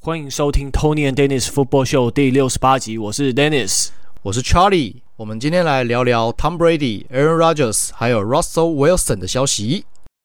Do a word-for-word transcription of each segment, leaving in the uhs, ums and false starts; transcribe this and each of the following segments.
欢迎收听 Tony and Dennis Football Show 第六十八集，我是 Dennis， 我是 Charlie。我们今天来聊聊 Tom Brady、Aaron Rodgers 还有 Russell Wilson 的消息。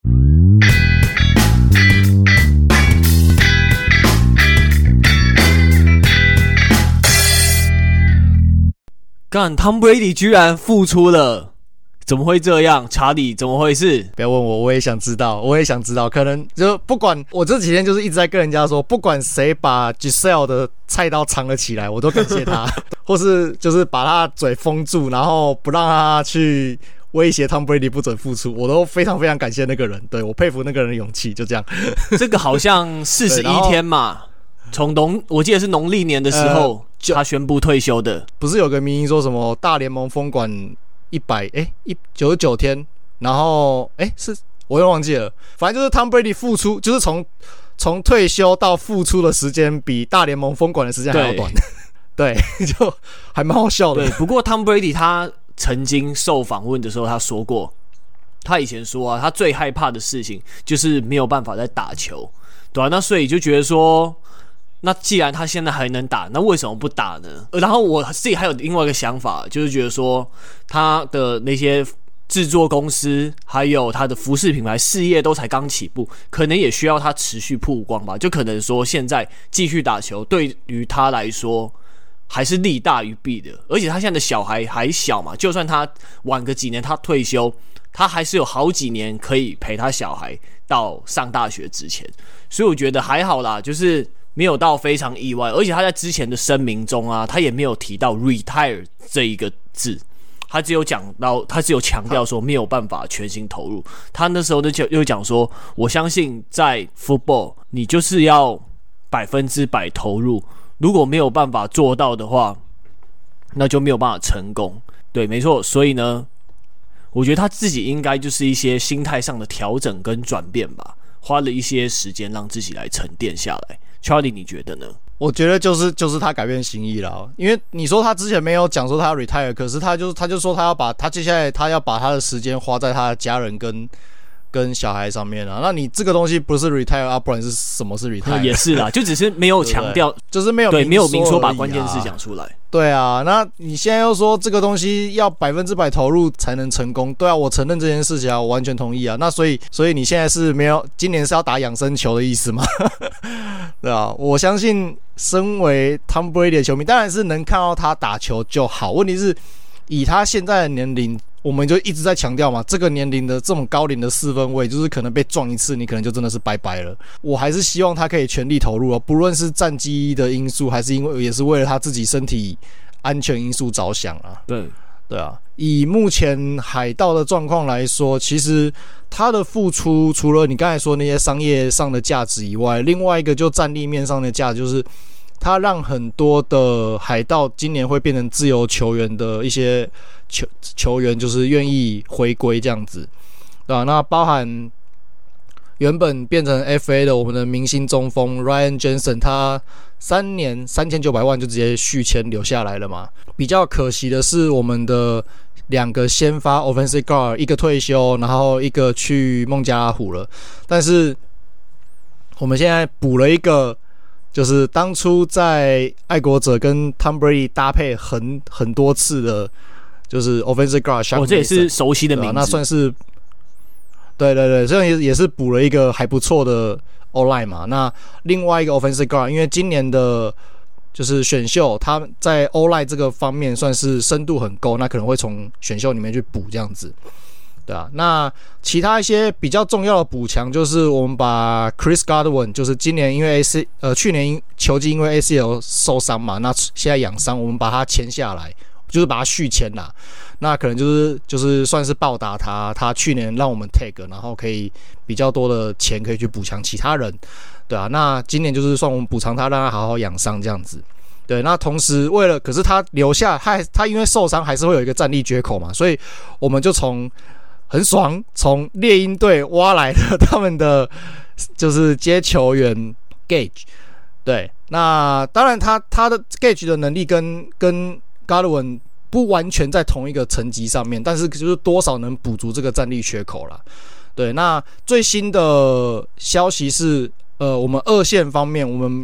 干 Tom Brady 居然复出了，怎么会这样？查理怎么回事？ 不要问我，我也想知道，我也想知道。可能就不管我这几天就是一直在跟人家说，不管谁把 Giselle 的菜刀藏了起来，我都感谢他，或是就是把他嘴封住，然后不让他去威胁 Tom Brady 不准复出，我都非常非常感谢那个人。对，我佩服那个人的勇气，就这样。 这个好像四十一天嘛，从农我记得是农历年的时候、呃、他宣布退休的。 不是有个迷因说什么大联盟封管一百哎一九十九天，然后哎是我又忘记了，反正就是 Tom Brady 复出，就是从从退休到复出的时间比大联盟封管的时间还要短，对，就还蛮好笑的。 对，不过 Tom Brady 他曾经受访问的时候，他说过，他以前说啊，他最害怕的事情就是没有办法再打球，对啊，那所以就觉得说，那既然他现在还能打，那为什么不打呢？然后我自己还有另外一个想法，就是觉得说他的那些制作公司还有他的服饰品牌事业都才刚起步，可能也需要他持续曝光吧。就可能说现在继续打球对于他来说还是利大于弊的，而且他现在的小孩还小嘛，就算他晚个几年他退休，他还是有好几年可以陪他小孩到上大学之前，所以我觉得还好啦，就是没有到非常意外。而且他在之前的声明中啊，他也没有提到 retire 这一个字，他只有讲到，他只有强调说没有办法全心投入。他那时候就又讲说，我相信在 football 你就是要百分之百投入，如果没有办法做到的话，那就没有办法成功。对，没错。所以呢，我觉得他自己应该就是一些心态上的调整跟转变吧，花了一些时间让自己来沉淀下来。Charlie 你觉得呢？ 我觉得就是就是他改变心意了，因为你说他之前没有讲说他要 retire， 可是他就他就说他要把他接下来他要把他的时间花在他的家人跟跟小孩上面啊。那你这个东西不是 retire 啊，不然是什么是 retire？ 也是啦，就只是没有强调， 就是没有对没有明说把啊关键字讲出来。 对啊，那你现在又说这个东西要百分之百投入才能成功，对啊，我承认这件事情啊，我完全同意啊。那所以，所以你现在是没有今年是要打养生球的意思吗？对啊，我相信身为 Tom Brady 的球迷，当然是能看到他打球就好。问题是，以他现在的年龄，我们就一直在强调嘛，这个年龄的这么高龄的四分卫，就是可能被撞一次，你可能就真的是拜拜了。我还是希望他可以全力投入啊，不论是战绩的因素，还是因为也是为了他自己身体安全因素着想啊。 对对啊，以目前海盗的状况来说，其实他的付出除了你刚才说那些商业上的价值以外，另外一个就战力面上的价值，就是他让很多的海盗今年会变成自由球员的一些球球员，就是愿意回归这样子，对吧？那包含原本变成 F A 的我们的明星中锋 Ryan Jensen， 他三年三千九百万就直接续签留下来了嘛。比较可惜的是，我们的两个先发 offensive guard， 一个退休，然后一个去孟加拉虎了。但是我们现在补了一个，就是当初在爱国者跟 Tom Brady 搭配很很多次的，就是 offensive guard Shaq Mason。哦，这也是熟悉的名字， 那算是对对对，这样也是补了一个还不错的 O-line 嘛。那另外一个 offensive guard， 因为今年的就是选秀，他在 O-line 这个方面算是深度很够，那可能会从选秀里面去补这样子，对啊。那其他一些比较重要的补强，就是我们把 Chris Godwin， 就是今年因为 A C 呃去年球季因为 A C L 受伤嘛，那现在养伤，我们把他签下来，就是把他续签啦。那可能就是就是算是报答他，他去年让我们 take， 然后可以比较多的钱可以去补强其他人，对啊。那今年就是算我们补偿他，让他好好养伤这样子。对，那同时为了，可是他留下，他他因为受伤还是会有一个战力缺口嘛，所以我们就从很爽从猎鹰队挖来的他们的就是接球员 Gage。对，那当然他他的 Gage 的能力跟跟 Godwin不完全在同一个层级上面，但是就是多少能补足这个战力缺口啦。对，那最新的消息是，呃，我们二线方面，我们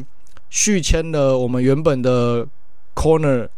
续签了我们原本的 Corner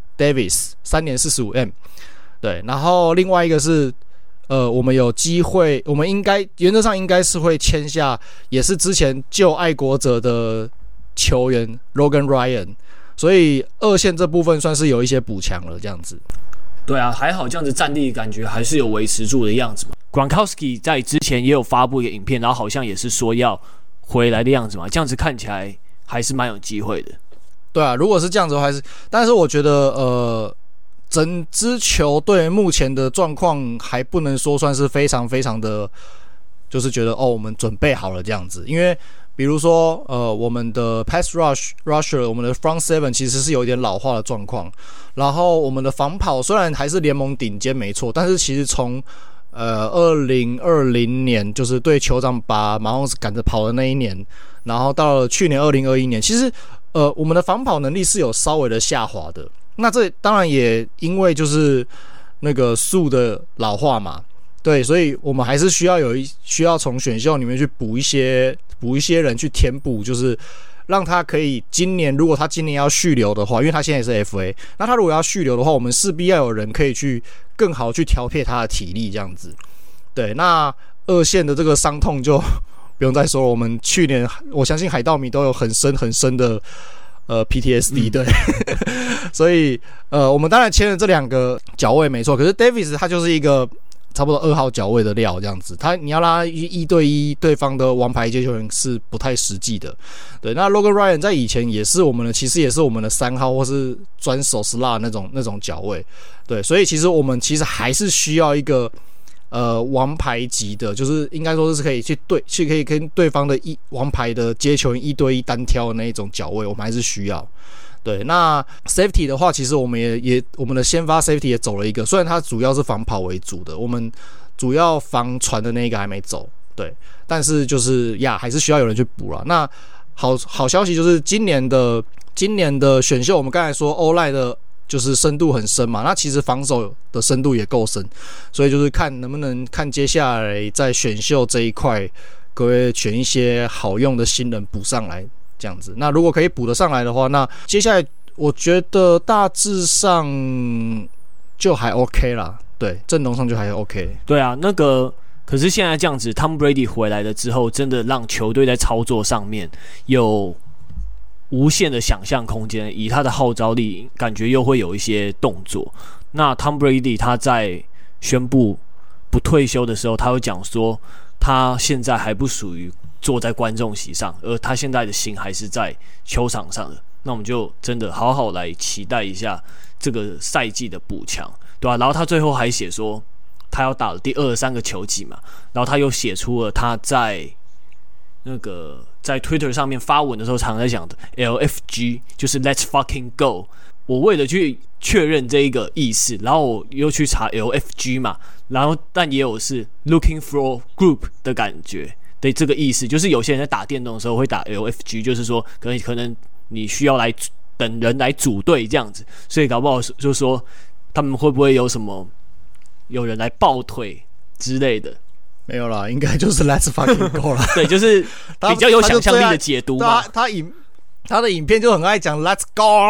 Davis 三年四十五 M， 对，然后另外一个是呃，我们有机会，我们应该原则上应该是会签下，也是之前旧爱国者的球员 Logan Ryan， 所以二线这部分算是有一些补强了，这样子。 对啊，还好这样子战力感觉还是有维持住的样子嘛。Gronkowski 在之前也有发布一个影片，然后好像也是说要回来的样子嘛，这样子看起来还是蛮有机会的。 对啊，如果是这样子的话，还是，但是我觉得呃。整支球队目前的状况还不能说算是非常非常的，就是觉得哦，我们准备好了这样子。因为比如说呃，我们的 pass rush rusher， 我们的 front seven 其实是有一点老化的状况。然后我们的防跑虽然还是联盟顶尖没错，但是其实从呃二零二零年就是对酋长把马洪斯赶着跑的那一年，然后到了去年二零二一年，其实呃我们的防跑能力是有稍微的下滑的。那这当然也因为就是那个树的老化嘛，对，所以我们还是需要有一需要从选秀里面去补一些补一些人去填补，就是让他可以今年如果他今年要续留的话，因为他现在也是 F A， 那他如果要续留的话，我们势必要有人可以去更好去调配他的体力这样子。对，那二线的这个伤痛就不用再说了，我们去年我相信海盗迷都有很深很深的。呃 ，P T S D 对，所以呃，我们当然签了这两个角位没错，可是 Davis 他就是一个差不多二号角位的料这样子，他你要拉一对一对方的王牌接球员是不太实际的。对，那 Logan Ryan 在以前也是我们的，其实也是我们的三号或是专手 slot 那种那种角位。对，所以其实我们其实还是需要一个。呃，王牌级的，就是应该说是可以去对，去可以跟对方的一王牌的接球员一对一单挑的那一种角位，我们还是需要。对，那 safety 的话，其实我们也也我们的先发 safety 也走了一个，虽然它主要是防跑为主的，我们主要防传的那一个还没走，对，但是就是呀，还是需要有人去补了。那好好消息就是今年的今年的选秀，我们刚才说欧赖的。就是深度很深嘛，那其实防守的深度也够深，所以就是看能不能看接下来在选秀这一块，各位选一些好用的新人补上来，这样子。那如果可以补得上来的话，那接下来我觉得大致上就还 OK 啦，对，阵容上就还 OK。 对啊，那个可是现在这样子 ，Tom Brady 回来了之后，真的让球队在操作上面有。无限的想象空间，以他的号召力，感觉又会有一些动作。那 Tom Brady 他在宣布不退休的时候，他有讲说，他现在还不属于坐在观众席上，而他现在的心还是在球场上的。那我们就真的好好来期待一下这个赛季的补强，对吧、啊？然后他最后还写说，他要打了第二十三个球季嘛，然后他又写出了他在那个。在 Twitter 上面发文的时候，常常在讲的 L F G 就是 Let's fucking go。我为了去确认这一个意思，然后我又去查 L F G 嘛，然后但也有是 Looking for Group 的感觉的这个意思，就是有些人在打电动的时候会打 L F G， 就是说可能可能你需要来等人来组队这样子，所以搞不好就说他们会不会有什么有人来抱腿之类的。 没有啦，应该就是 Let's fucking go 啦。 对，就是比较有想象力的解读嘛。 他他影他的影片就很爱讲 Let's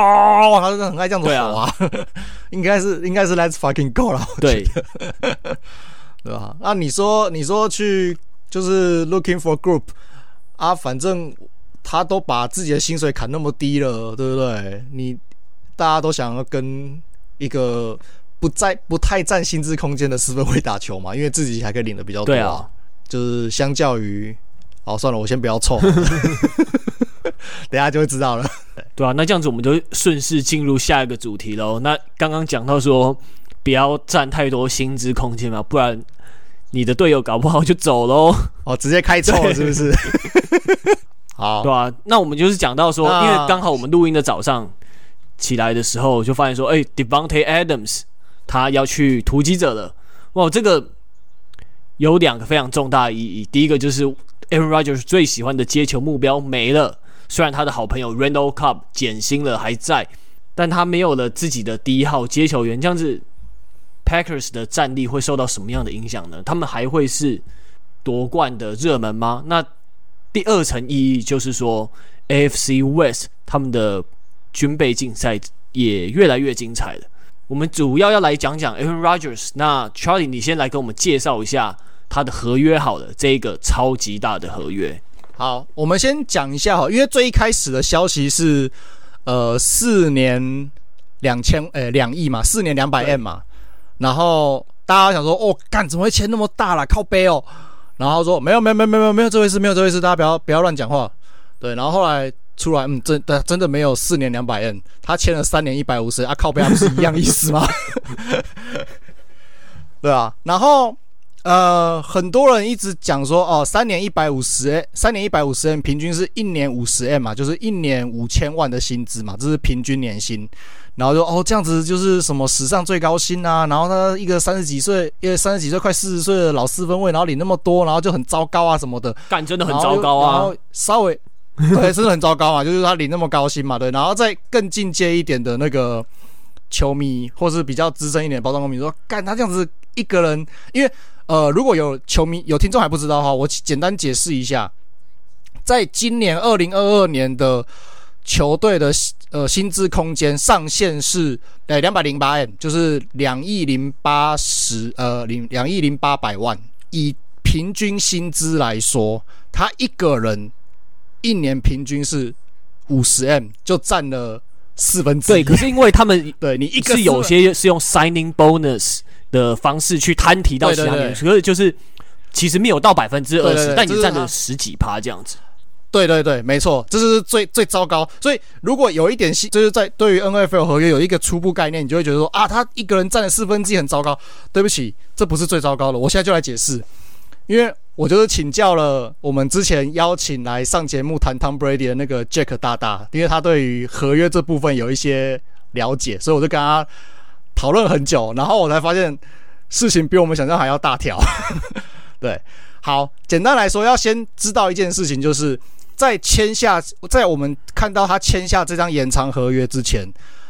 go， 他真的很爱这样子吼啊。啊应该是应该是 Let's fucking go 啦。 对， 对吧？那你说你说去就是 looking for group 啊，反正他都把自己的薪水砍那么低了，对不对？你大家都想要跟一个。不在不太占薪资空间的四分卫打球嘛，因为自己还可以领的比较多、啊。对啊，就是相较于，好算了，我先不要凑，等一下就会知道了。 对啊，那这样子我们就顺势进入下一个主题喽。那刚刚讲到说，不要占太多薪资空间嘛，不然你的队友搞不好就走喽。 哦，直接开凑了是不是？好， 对啊，那我们就是讲到说，因为刚好我们录音的早上起来的时候，就发现说，哎、欸、，Devontae Adams。他要去突击者了，哇！这个有两个非常重大的意义。第一个就是 Aaron Rodgers 最喜欢的接球目标没了，虽然他的好朋友 Randall Cobb 减薪了还在，但他没有了自己的第一号接球员，这样子 Packers 的战力会受到什么样的影响呢？他们还会是夺冠的热门吗？那第二层意义就是说 A F C West 他们的军备竞赛也越来越精彩了。我们主要要来讲讲 Aaron Rodgers， 那 Charlie 你先来跟我们介绍一下他的合约好了，这一个超级大的合约。 好，我们先讲一下哈，因为最一开始的消息是呃四年两千呃两亿嘛，四年两百 M 嘛，然后大家想说哦，干怎么会签那么大啦，靠背哦，然后说没有没有没有没有没有这回事，没有这回事，大家不要不要乱讲话。对，然后后来出来，嗯，真的真的没有四年两百 M， 他签了三年一百五十啊，靠背，不是一样意思吗？对啊，然后呃，很多人一直讲说，哦，三年一百五十，三年一百五十 M， 平均是一年五十 M 嘛，就是一年五千万的薪资嘛，这是平均年薪。然后就哦，这样子就是什么史上最高薪啊，然后他一个三十几岁，因为三十几岁快四十岁的老四分卫，然后领那么多，然后就很糟糕啊什么的， 干真的很糟糕啊， 然后稍微。对，真的很糟糕嘛，就是他领那么高薪嘛，对，然后再更进阶一点的那个球迷，或是比较资深一点的包装公民说，干他这样子一个人，因为呃，如果有球迷有听众还不知道哈，我简单解释一下，在今年二零二二年的球队的呃薪资空间上限是呃两百零八 M， 就是两亿零八十呃零两亿零八百万，以平均薪资来说，他一个人。一年平均是五十 M， 就占了四分之一。 对，可是因为他们对你一个是有些是用 signing bonus 的方式去摊提到其他年，可是就是其实没有到百分之二十，但你占了十几趴这样子。 对对对，没错，这是最最糟糕。所以如果有一点，就是在对于 N F L 合约有一个初步概念，你就会觉得说啊，他一个人占了四分之一很糟糕。对不起，这不是最糟糕的，我现在就来解释，因为。我就是请教了我们之前邀请来上节目谈 Tom Brady 的那个 Jack 大大，因为他对于合约这部分有一些了解，所以我就跟他讨论很久，然后我才发现事情比我们想象还要大条。对，好，简单来说，要先知道一件事情，就是在签下，在我们看到他签下这张延长合约之前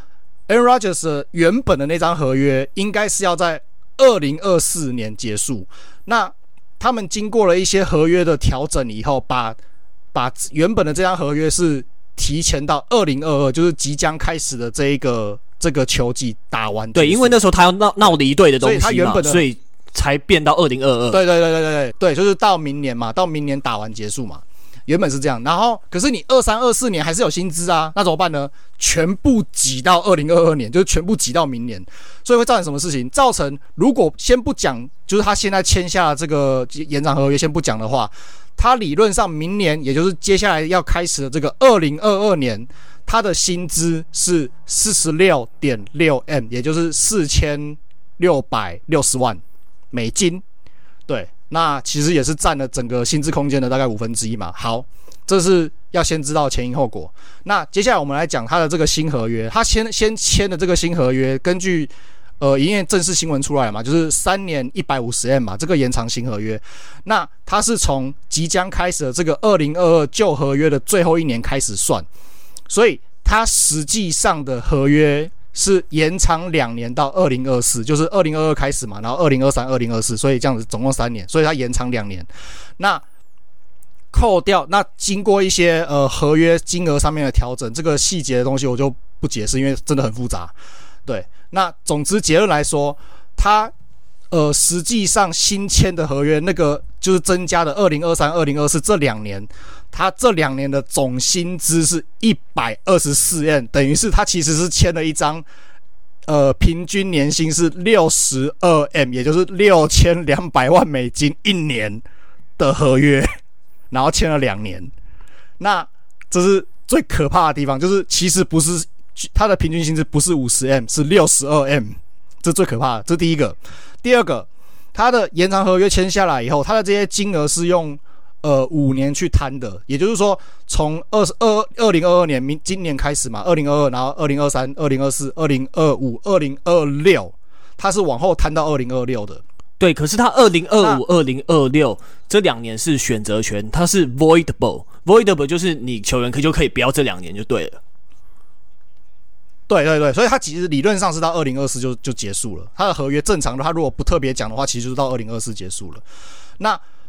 ，Aaron Rodgers 原本的那张合约应该是要在二零二四年结束，那。他们经过了一些合约的调整以后，把把原本的这张合约是提前到二零二二，就是即将开始的这一个这个球季打完。 对，因为那时候他要闹闹离队的东西嘛， 所以他原本的所以才变到二零二二。 对对对对对对对，就是到明年嘛，到明年打完结束嘛。原本是这样，然后可是你二三二四年还是有薪资啊，那怎么办呢？全部挤到二零二二年，就是全部挤到明年，所以会造成什么事情？造成如果先不讲，就是他现在签下这个延长合约，先不讲的话，他理论上明年，也就是接下来要开始的这个二零二二年，他的薪资是四十六点六 M， 也就是四千六百六十万美金，对。那其实也是占了整个薪资空间的大概五分之一嘛。好，这是要先知道前因后果。那接下来我们来讲他的这个新合约，他先先签的这个新合约，根据呃营业正式新闻出来嘛，就是三年一百五十 M 嘛，这个延长新合约。那它是从即将开始的这个二零二二旧合约的最后一年开始算，所以它实际上的合约。是延长两年到二零二四，就是二零二二开始嘛，然后二零二三、二零二四，所以这样子总共三年，所以它延长两年。那扣掉，那经过一些呃合约金额上面的调整，这个细节的东西我就不解释，因为真的很复杂。对，那总之结论来说，它呃实际上新签的合约那个就是增加的二零二三、二零二四这两年。他这两年的总薪资是一百二十四 M， 等于是他其实是签了一张，呃，平均年薪是六十二 M， 也就是六千两百万美金一年的合约，然后签了两年。那这是最可怕的地方，就是其实不是他的平均薪资不是五十 M， 是六十二 M， 这是最可怕的。这是第一个。第二个，他的延长合约签下来以后，他的这些金额是用。呃，五年去摊的，也就是说，从二二二零二二年明今年开始嘛，二零二二，然后二零二三、二零二四、二零二五、二零二六，它是往后摊到二零二六的。 对，可是它二零二五、二零二六这两年是选择权，它是 voidable，voidable 就是你球员可就可以不要这两年就对了。 对对对，所以它其实理论上是到二零二四就就结束了，它的合约正常的，它如果不特别讲的话，其实就是到二零二四结束了。那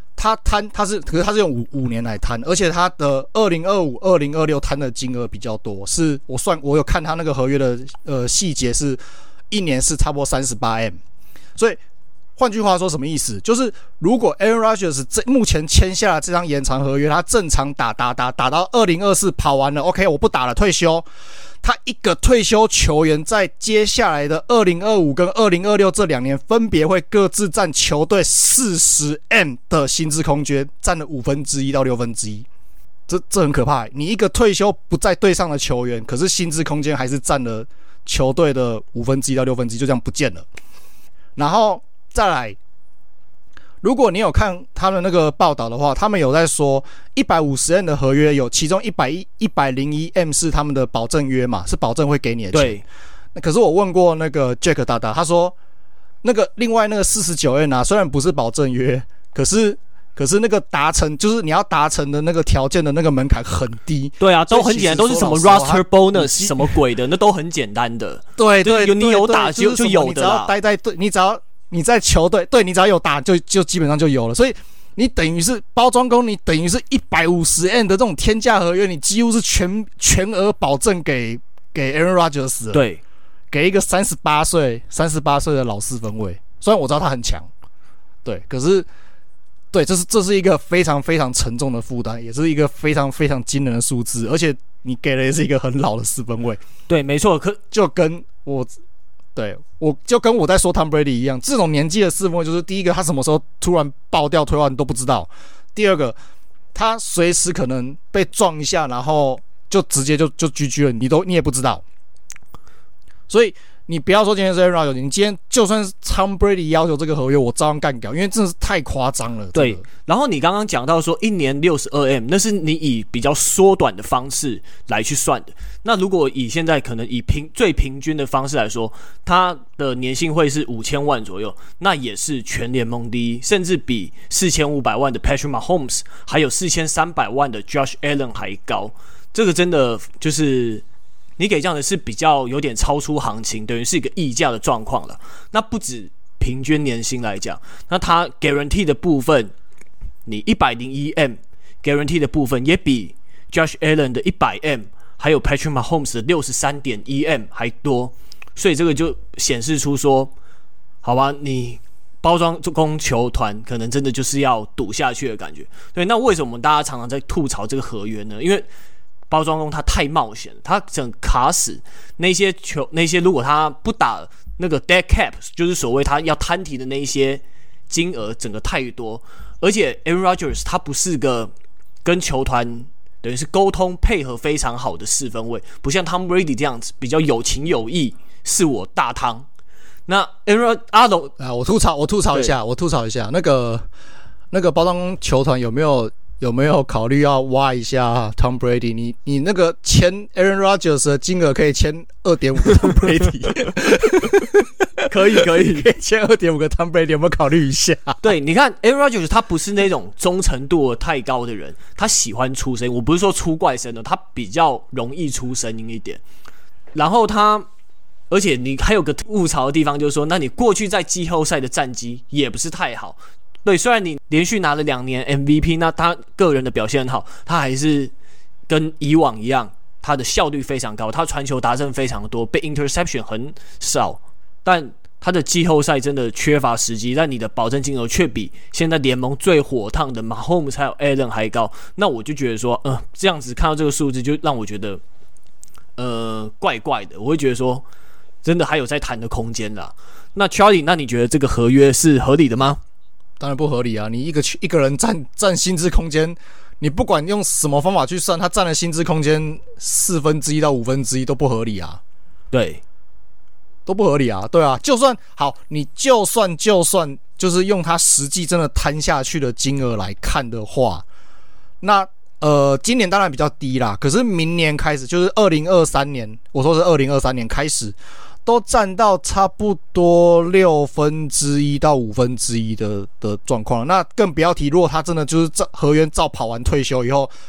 他摊他是，可是他是用五五年来摊，而且他的二零二五、二零二六摊的金额比较多，是我算我有看他那个合约的呃细节，是一年是差不多三十八 M， 所以换句话说什么意思？就是如果 Aaron Rodgers 这目前签下了这张延长合约，他正常打打打打到二零二四跑完了 ，OK， 我不打了，退休。他一个退休球员在接下来的二零二五跟二零二六这两年，分别会各自占球队四十 M 的薪资空间，占了五分之一到六分之一。这这很可怕。你一个退休不在队上的球员，可是薪资空间还是占了球队的五分之一到六分之一，就这样不见了。然后再来，如果你有看他们那个报道的话，他们有在说一百五十 M 的合约，有其中一百零一 M 是他们的保证约嘛，是保证会给你的钱。 对。 可是我问过那个 Jack 大大，他说那个另外那个四十九 M 啊，虽然不是保证约，可是可是那个达成就是你要达成的那个条件的那个门槛很低。 对啊，都很简单，都是什么 roster bonus 什么鬼的，那都很简单的。 对对对， 你有打就就有的啦。 你只要待在队，你只要你在球队，对你只要有打就就基本上就有了。所以你等于是包装工，你等于是一百五十 M 的这种天价合约，你几乎是全全额保证给给 Aaron Rodgers 了。 对， 给一个三十八岁三十八岁的老四分卫。虽然我知道他很强，对，可是对，这是这是一个非常非常沉重的负担，也是一个非常非常惊人的数字，而且你给的也是一个很老的四分卫。 对，没错，可就跟我。对，我就跟我在说 Tom Brady 一样，这种年纪的四分卫，就是第一个他什么时候突然爆掉退化你都不知道，第二个他随时可能被撞一下，然后就直接就就 G G 了，你都你也不知道。所以你不要说今天是 Aaron Rodgers， 你今天就算是 Tom Brady 要求这个合约，我照样干掉，因为真的是太夸张了。 对，然后你刚刚讲到说一年六十二 M， 那是你以比较缩短的方式来去算的。那如果以现在可能以平最平均的方式来说，他的年薪会是五千万左右，那也是全联盟第一，甚至比四千五百万的 Patrick Mahomes 还有四千三百万的 Josh Allen 还高。这个真的就是你给这样的是比较有点超出行情，等于是一个溢价的状况了。那不止平均年薪来讲，那他 guarantee 的部分，你一百零一 M guarantee 的部分也比 Josh Allen 的一百 M 还有 Patrick Mahomes 的 六十三点一 M 还多，所以这个就显示出说，好吧，你包装工球团可能真的就是要赌下去的感觉。对，那为什么我们大家常常在吐槽这个合约呢？因为包装工他太冒险了，他整卡死那些球，那些如果他不打那个 dead cap， 就是所谓他要摊提的那一些金额，整个太多。而且 Aaron Rodgers 他不是个跟球团等于是沟通配合非常好的四分卫，不像 Tom Brady 这样子比较有情有义，是我大汤。那 Aaron 阿龙啊，我吐槽，我吐槽一下，我吐槽一下，那个那个包装工球团有没有？有没有考虑要挖一下 Tom Brady？ 你你那个签 Aaron Rodgers 的金额可以签 二点五 个 Tom Brady， 可以可以可以签 二点五 个 Tom Brady， 有没有考虑一下？ 对，你看 Aaron Rodgers 他不是那种忠诚度太高的人，他喜欢出声音，我不是说出怪声的，他比较容易出声音一点。然后他，而且你还有个误槽的地方，就是说，那你过去在季后赛的战绩也不是太好。对，虽然你连续拿了两年 M V P， 那他个人的表现很好，他还是跟以往一样，他的效率非常高，他传球达阵非常多，被 interception 很少，但他的季后赛真的缺乏时机，但你的保证金额却比现在联盟最火烫的 Mahomes 还有 Allen 还高，那我就觉得说，呃，这样子看到这个数字，就让我觉得，呃，怪怪的，我会觉得说，真的还有在谈的空间啦。那 Charlie， 那你觉得这个合约是合理的吗？ 当然不合理啊！你一个一个人占占薪资空间，你不管用什么方法去算，他占的薪资空间四分之一到五分之一都不合理啊！ 对， 都不合理啊！对啊，就算好，你就算就算就是用他实际真的摊下去的金额来看的话，那呃，今年当然比较低啦，可是明年开始就是二零二三年，我说是二零二三年开始。都占到差不多六分之一到五分之一的的状况，那更不要提，如果他真的就是合约照跑完退休以后，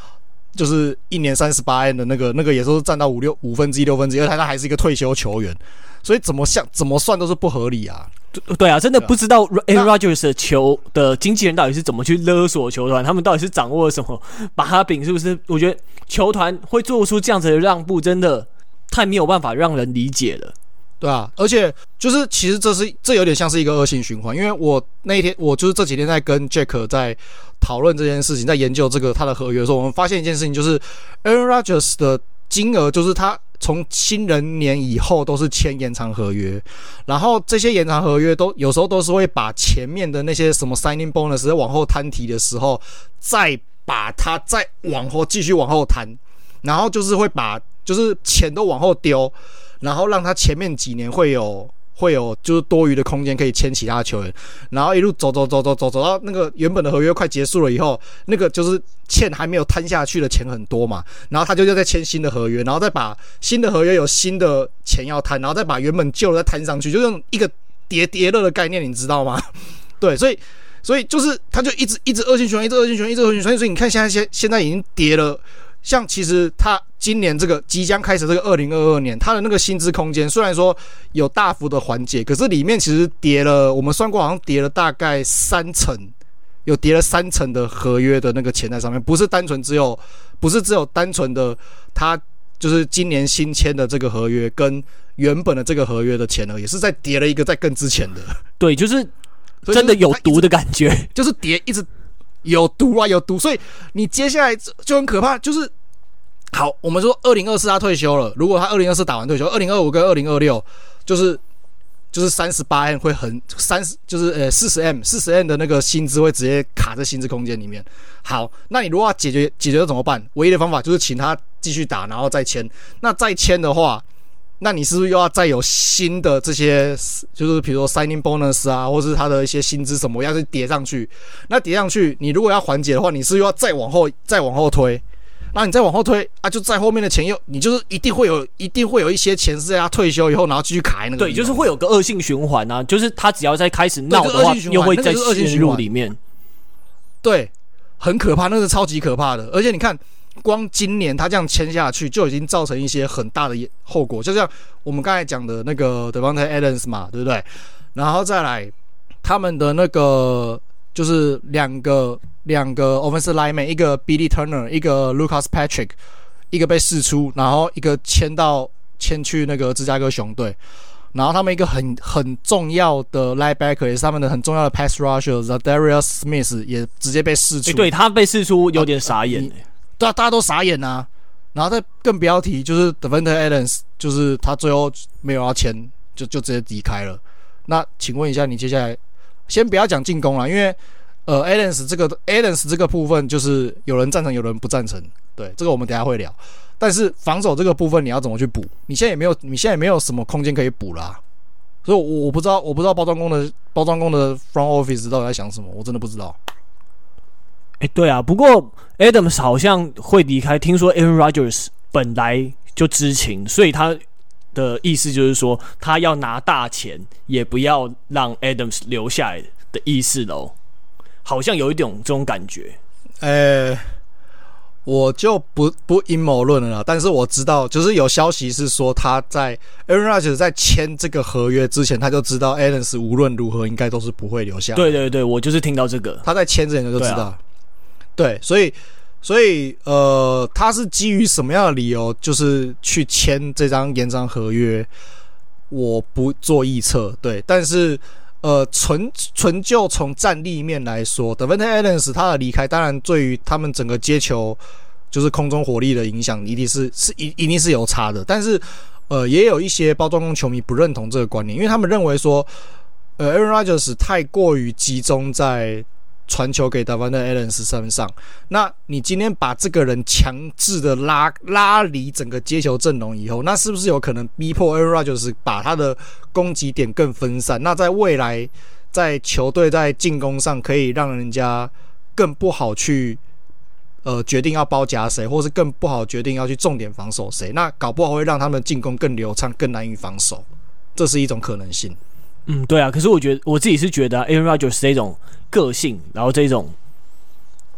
就是一年三十八 M 的那个那个也都是占到五六五分之一六分之一，而且他还是一个退休球员，所以怎么像怎么算都是不合理啊。 对啊，真的不知道 Aaron Rodgers 的球的经纪人到底是怎么去勒索球团，他们到底是掌握了什么把柄，是不是？我觉得球团会做出这样子的让步，真的太没有办法让人理解了。 对啊，而且就是其实这是这有点像是一个恶性循环，因为我那一天我就是这几天在跟 Jack 在讨论这件事情，在研究这个他的合约的时候，我们发现一件事情，就是 Aaron Rodgers 的金额就是他从新人年以后都是签延长合约，然后这些延长合约都有时候都是会把前面的那些什么 signing bonus 往后摊提的时候，再把它再往后继续往后摊，然后就是会把就是钱都往后丢，然后让他前面几年会有会有就是多余的空间可以签其他球员，然后一路走走走走走走到那个原本的合约快结束了以后，那个就是欠还没有摊下去的钱很多嘛，然后他就再签新的合约，然后再把新的合约有新的钱要摊，然后再把原本旧的再摊上去，就用一个叠叠乐的概念，你知道吗？对，所以所以就是他就一直一直恶性循环，一直恶性循环，一直恶性循环，所以你看现在现现在已经跌了。像其实他今年这个即将开始这个二零二二年，他的那个薪资空间虽然说有大幅的缓解，可是里面其实跌了，我们算过好像跌了大概三成，有跌了三成的合约的那个钱在上面，不是单纯只有不是只有单纯的他就是今年新签的这个合约跟原本的这个合约的钱而已，是在跌了一个在更之前的。 对，就是真的有毒的感觉， 就是跌一直。有毒啊，有毒，所以你接下来就很可怕。就是好，我们说二零二四他退休了，如果他二零二四打完退休，二零二五跟二零二六就是就是三十八 M 会很三十，就是呃四十 M 四十 M 的那个薪资会直接卡在薪资空间里面。好，那你如果要解决解决怎么办？唯一的方法就是请他继续打，然后再签。那再签的话，那你是不是又要再有新的这些，就是比如说 signing bonus 啊，或是他的一些薪资什么，要去叠上去？那叠上去，你如果要缓解的话，你是不是又要再往后再往后推？那你再往后推啊，就在后面的钱又，你就是一定会有，一定会有一些钱是在他退休以后，然后继续卡在那个。 对，就是会有个恶性循环啊，就是他只要再开始闹的话，又会再陷入里面。 对，很可怕，那是超级可怕的。而且你看。光今年他这样签下去，就已经造成一些很大的后果，就像我们刚才讲的那个 Davante Adams 嘛，对不对？然后再来他们的那个就是两个两个 offensive lineman， 一个 Billy Turner， 一个 Lucas Patrick， 一个被释出，然后一个签到签去那个芝加哥熊队。然后他们一个很很重要的 linebacker 也是他们的很重要的 pass rusher Darius Smith 也直接被释出。 欸、对他被释出有点傻眼、欸。 对啊，大家都傻眼啊，然后再更不要提，就是 Davante Adams， 就是他最后没有要签，就就直接离开了。那请问一下，你接下来先不要讲进攻啦，因为呃 Adams 这个 Adams 这个部分就是有人赞成，有人不赞成，对，这个我们等一下会聊。但是防守这个部分你要怎么去补？你现在也没有，你现在也没有什么空间可以补啦、啊。所以我，我不知道，我不知道包装工的包装工的 front office 到底在想什么，我真的不知道。 哎、欸，对啊，不过 Adams 好像会离开，听说 Aaron Rodgers 本来就知情，所以他的意思就是说，他要拿大钱，也不要让 Adams 留下来的意思喽，好像有一种这种感觉。 呃、欸，我就不不阴谋论了啦，但是我知道，就是有消息是说他在 Aaron Rodgers 在签这个合约之前，他就知道 Adams 无论如何应该都是不会留下来。 对对对，我就是听到这个， 他在签之前就知道。对，所以，所以，呃，他是基于什么样的理由，就是去签这张延长合约，我不做预测。对，但是，呃，纯纯就从战力面来说 ，Davante Adams 他的离开，当然对于他们整个接球就是空中火力的影响，一定是是一一定是有差的。但是，呃，也有一些包装工球迷不认同这个观念，因为他们认为说，呃 ，Aaron Rodgers 太过于集中在传球给 Davante Adams 身上，那你今天把这个人强制的拉拉离整个接球阵容以后，那是不是有可能逼迫 Aaron Rodgers 把他的攻击点更分散？那在未来在球队在进攻上可以让人家更不好去呃决定要包夹谁，或是更不好决定要去重点防守谁？那搞不好会让他们进攻更流畅，更难以防守，这是一种可能性。 嗯，对啊，可是我觉得我自己是觉得、啊、Aaron Rodgers 这种个性，然后这种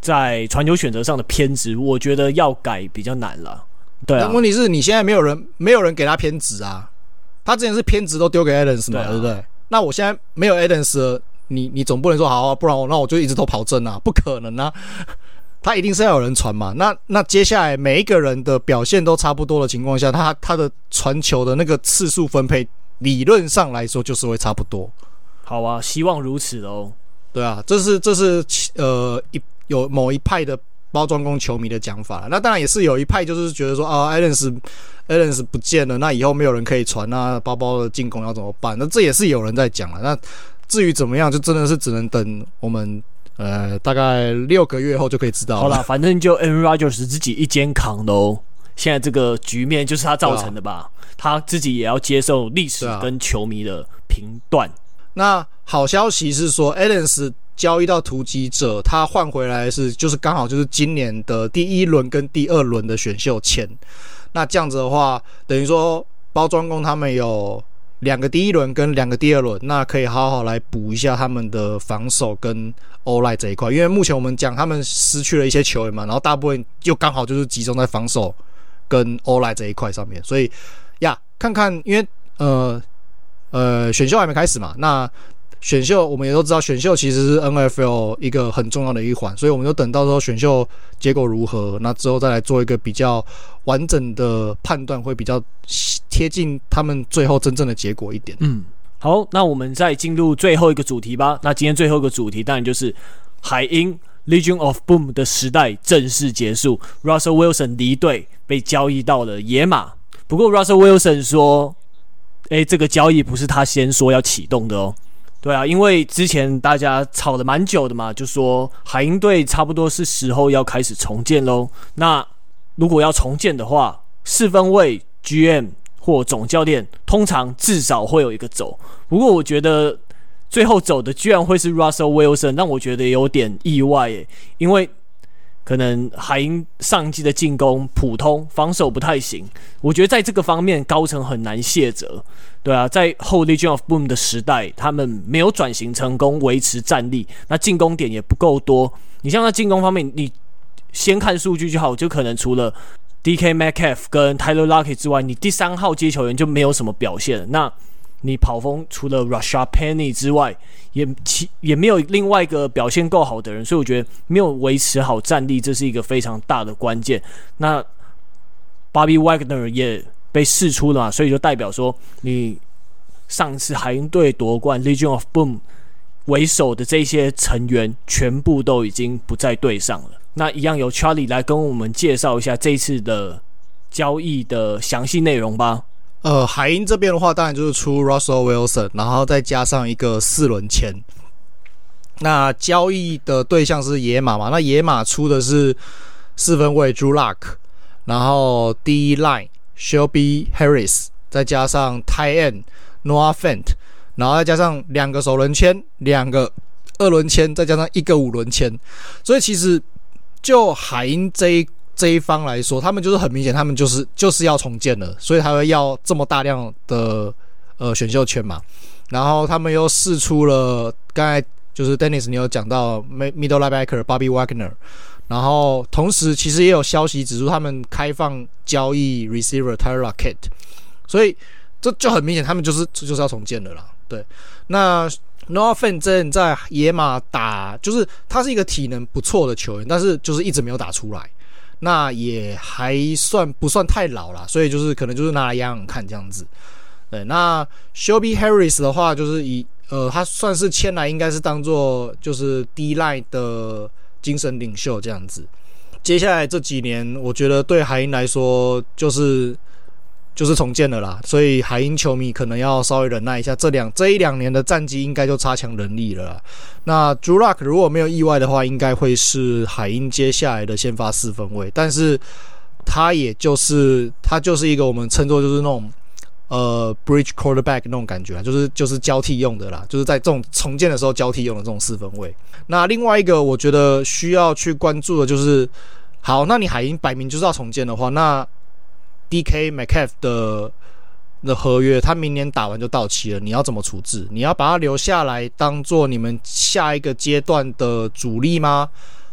在传球选择上的偏执，我觉得要改比较难了。对啊， 问题是你现在没有人，没有人给他偏执啊。他之前是偏执都丢给 Adams 嘛， 对,、啊、对不对？那我现在没有 Adams 了，你你总不能说好、啊，不然我那我就一直都跑正啊，不可能啊。他一定是要有人传嘛。那那接下来每一个人的表现都差不多的情况下，他他的传球的那个次数分配，理论上来说就是会差不多。 好啊，希望如此哦。 对啊，这是这是呃一有某一派的包装工球迷的讲法。那当然也是有一派就是觉得说啊 ，Adams Adams 不见了，那以后没有人可以传，那包包的进攻要怎么办？那这也是有人在讲了。那至于怎么样，就真的是只能等我们。呃，大概六个月后就可以知道了。 好啦，反正就 Aaron Rodgers 自己一肩扛的哦。现在这个局面就是他造成的吧？啊、他自己也要接受历史跟球迷的评断。啊、 那好消息是说 ，Adams 交易到突击者，他换回来是就是刚好就是今年的第一轮跟第二轮的选秀签。那这样子的话，等于说包装工他们有两个第一轮跟两个第二轮，那可以好好来补一下他们的防守跟 O-line 这一块，因为目前我们讲他们失去了一些球员嘛，然后大部分就刚好就是集中在防守跟 O-line 这一块上面，所以呀，看看，因为呃呃选秀还没开始嘛，那选秀我们也都知道，选秀其实是 N F L 一个很重要的一环，所以我们就等到时候选秀结果如何，那之后再来做一个比较完整的判断，会比较贴近他们最后真正的结果一点。 嗯。好，那我们再进入最后一个主题吧。那今天最后一个主题当然就是海鹰 Legion of Boom 的时代正式结束 ，Russell Wilson 离队，被交易到了野马。不过 Russell Wilson 说，哎，这个交易不是他先说要启动的哦。对啊，因为之前大家吵得蛮久的嘛，就说海鹰队差不多是时候要开始重建咯。那如果要重建的话，四分卫 G M。或总教练通常至少会有一个走，不过我觉得最后走的居然会是 Russell Wilson， 让我觉得有点意外耶，因为可能海鹰上一季的进攻普通，防守不太行，我觉得在这个方面高层很难卸责。对啊，在后 Legion of Boom 的时代，他们没有转型成功，维持战力，那进攻点也不够多。你像在进攻方面，你先看数据就好，就可能除了D K Metcalf 跟 Tyler Lockett 之外，你第三号接球员就没有什么表现了。那你跑锋除了 Rashad Penny 之外，也也没有另外一个表现够好的人，所以我觉得没有维持好战力，这是一个非常大的关键。那 Bobby Wagner 也被释出了嘛，所以就代表说，你上次海鹰队夺冠 Legion of Boom 为首的这些成员，全部都已经不在队上了。那一样由 Charlie 来跟我们介绍一下这次的交易的详细内容吧。 呃，海鹰这边的话，当然就是出 Russell Wilson， 然后再加上一个四轮签。那交易的对象是野马嘛？那野马出的是四分卫 Drew Lock， 然后 D line Shelby Harris， 再加上 Tight end Noah Fant， 然后再加上两个首轮签，两个二轮签，再加上一个五轮签，所以其实就海鹰这一这一方来说，他们就是很明显，他们就是就是要重建了，所以他会要这么大量的呃选秀权嘛。然后他们又释出了刚才就是 Dennis 你有讲到 middle linebacker Bobby Wagner， 然后同时其实也有消息指出他们开放交易 receiver Tyler Lockett， 所以这就很明显，他们就是就是要重建了啦。对，那Noah Fant 在野马打，就是他是一个体能不错的球员，但是就是一直没有打出来，那也还算不算太老啦，所以就是可能就是拿来养养看这样子。对，那 Shelby Harris 的话，就是以呃他算是签来应该是当做就是 D line 的精神领袖这样子。接下来这几年，我觉得对海鹰来说就是就是重建了啦，所以海鹰球迷可能要稍微忍耐一下，这两这一两年的战绩应该就差强人意了啦。那 Drew Lock 如果没有意外的话，应该会是海鹰接下来的先发四分卫，但是他也就是他就是一个我们称作就是那种呃 bridge quarterback 那种感觉啦，就是就是交替用的啦，就是在这种重建的时候交替用的这种四分卫。那另外一个我觉得需要去关注的就是，好，那你海鹰摆明就是要重建的话，那D K Metcalf 的的合约，他明年打完就到期了，你要怎么处置？你要把他留下来当做你们下一个阶段的主力吗？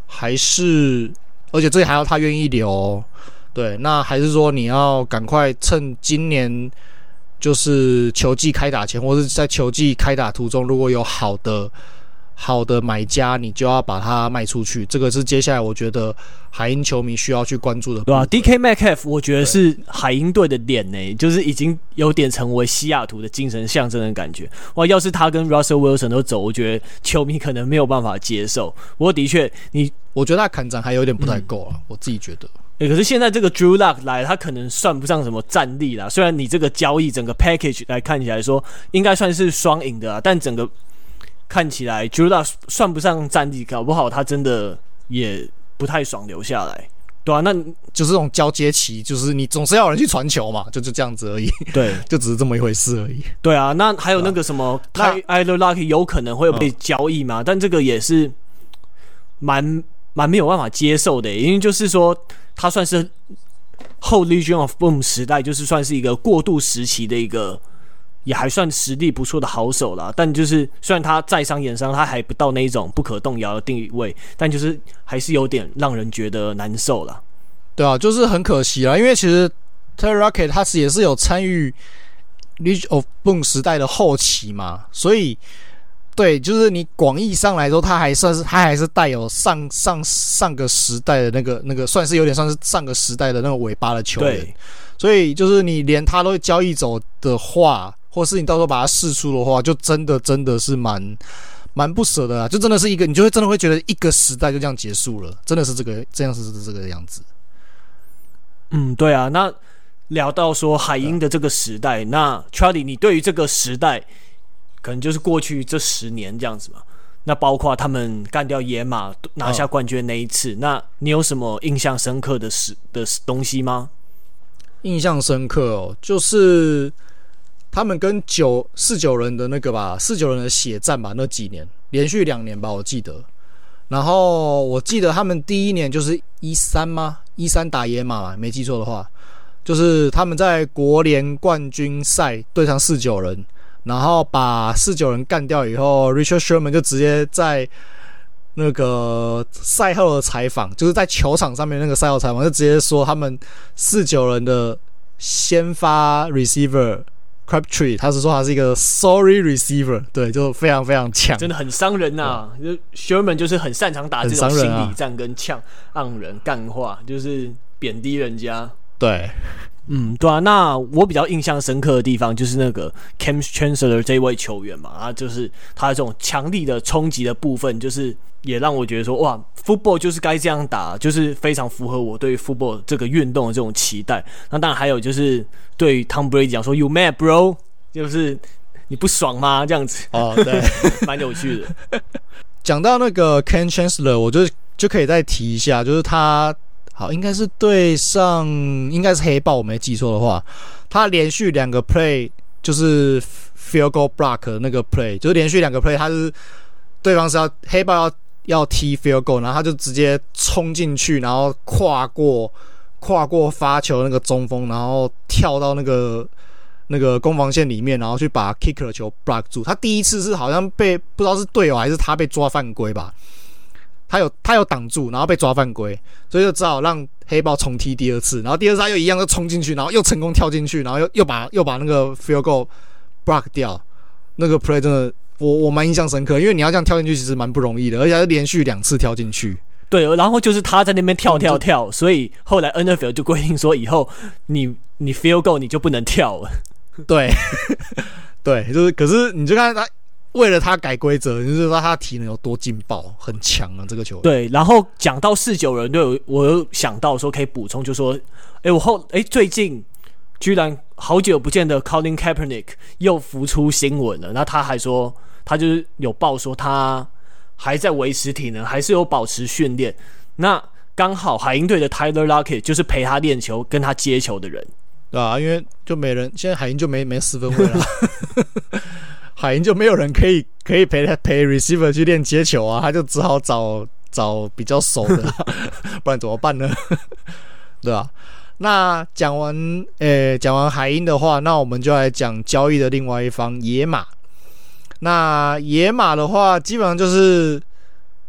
还是而且这还要他愿意留、哦，对，那还是说你要赶快趁今年就是球季开打前，或是在球季开打途中，如果有好的好的买家，你就要把它卖出去。这个是接下来我觉得海鹰球迷需要去关注的部分。 对啊 ，D K Metcalf 我觉得是海鹰队的脸呢，就是已经有点成为西雅图的精神象征的感觉。哇，要是他跟 Russell Wilson 都走，我觉得球迷可能没有办法接受。不过的确，你我觉得他砍斩还有点不太够了、嗯，我自己觉得。 欸、可是现在这个 Drew Lock 来，他可能算不上什么战力啦。虽然你这个交易整个 package 来看起来说应该算是双赢的啊，但整个看起来 Drew Lock 算不上战力，搞不好他真的也不太爽留下来，对啊，那就是这种交接期，就是你总是要有人去传球嘛，就就这样子而已。 对， 就只是这么一回事而已。 对啊，那还有那个什么 Tyler Lockett 有可能会被交易嘛、嗯？但这个也是蛮蛮没有办法接受的，因为就是说他算是后 Legion of Boom 时代，就是算是一个过渡时期的一个，也还算实力不错的好手啦。但就是虽然他在伤养伤，他还不到那一种不可动摇的定位，但就是还是有点让人觉得难受啦。 对啊，就是很可惜啦，因为其实 Tyler Lockett 他也是有参与 Legion of Boom 时代的后期嘛，所以。对，就是你广义上来说，他还算是他还是带有上上上个时代的那个那个，算是有点算是上个时代的那个尾巴的球员。所以就是你连他都交易走的话，或是你到时候把他释出的话，就真的真的是蛮蛮不舍的啦。就真的是一个，你就会真的会觉得一个时代就这样结束了，真的是这个这样是这个样子。 嗯，对啊。那聊到说海鹰的这个时代，那 Charlie， 你对于这个时代？可能就是过去这十年这样子嘛，那包括他们干掉野马拿下冠军那一次、哦，那你有什么印象深刻的事的东西吗？ 印象深刻哦，就是他们跟九四九人的那个吧，四九人的血战吧，那几年连续两年吧，我记得。然后我记得他们第一年就是一三吗？一三打野马嘛，没记错的话，就是他们在国联冠军赛对上四九人。然后把四九人干掉以后 ，Richard Sherman 就直接在那个赛后的采访，就是在球场上面那个赛后采访，就直接说他们四九人的先发 receiver Crabtree， 他是说他是一个 sorry receiver， 对，就非常非常强， 真的很伤人呐、啊。就 Sherman 就是很擅长打这种心理战跟呛让人干话，就是贬低人家。 对。 嗯，对啊，那我比较印象深刻的地方就是那个 Cam Chancellor 这位球员嘛，啊，就是他这种强力的冲击的部分，就是也让我觉得说，哇 ，football 就是该这样打，就是非常符合我对 football 这个运动的这种期待。那当然还有就是对 Tom Brady 讲说 ，You mad, bro？ 就是你不爽吗？这样子哦，对， 蛮有趣的。 讲到那个 Cam Chancellor， 我就就可以再提一下，就是他。好，应该是对上，应该是黑豹，我没记错的话，他连续两个 play 就是 field goal block 那个 play， 就是连续两个 play， 他是对方是要黑豹要要踢 field goal， 然后他就直接冲进去，然后跨过跨过发球那个中锋，然后跳到那个那个攻防线里面，然后去把 kicker 的球 block 住。他第一次是好像被不知道是队友还是他被抓犯规吧。他有他有挡住，然后被抓犯规，所以就只好让黑豹重踢第二次，然后第二次他又一样就冲进去，然后又成功跳进去，然后又又把又把那个 field goal block 掉。那个 play 真的我我蛮印象深刻，因为你要这样跳进去其实蛮不容易的，而且还是连续两次跳进去。 对，然后就是他在那边跳跳跳，所以后来 N F L 就规定说以后你你 field goal 你就不能跳了。 对，对，就是可是你就看他。为了他改规则，你就知道他体能有多劲爆，很强啊！这个球员。 对，然后讲到四九人队，我有想到说可以补充，就说，哎，我后哎最近居然好久不见的 Colin Kaepernick 又浮出新闻了。那他还说，他就是有报说他还在维持体能，还是有保持训练。那刚好海鹰队的 Tyler Lockett 就是陪他练球、跟他接球的人。 对啊，因为就没人，现在海鹰就没没四分位了。海鹰就没有人可以可以陪他陪 receiver 去练接球啊，他就只好找找比较熟的、啊，不然怎么办呢？对吧、啊？那讲完诶讲完海鹰的话，那我们就来讲交易的另外一方野马。那野马的话，基本上就是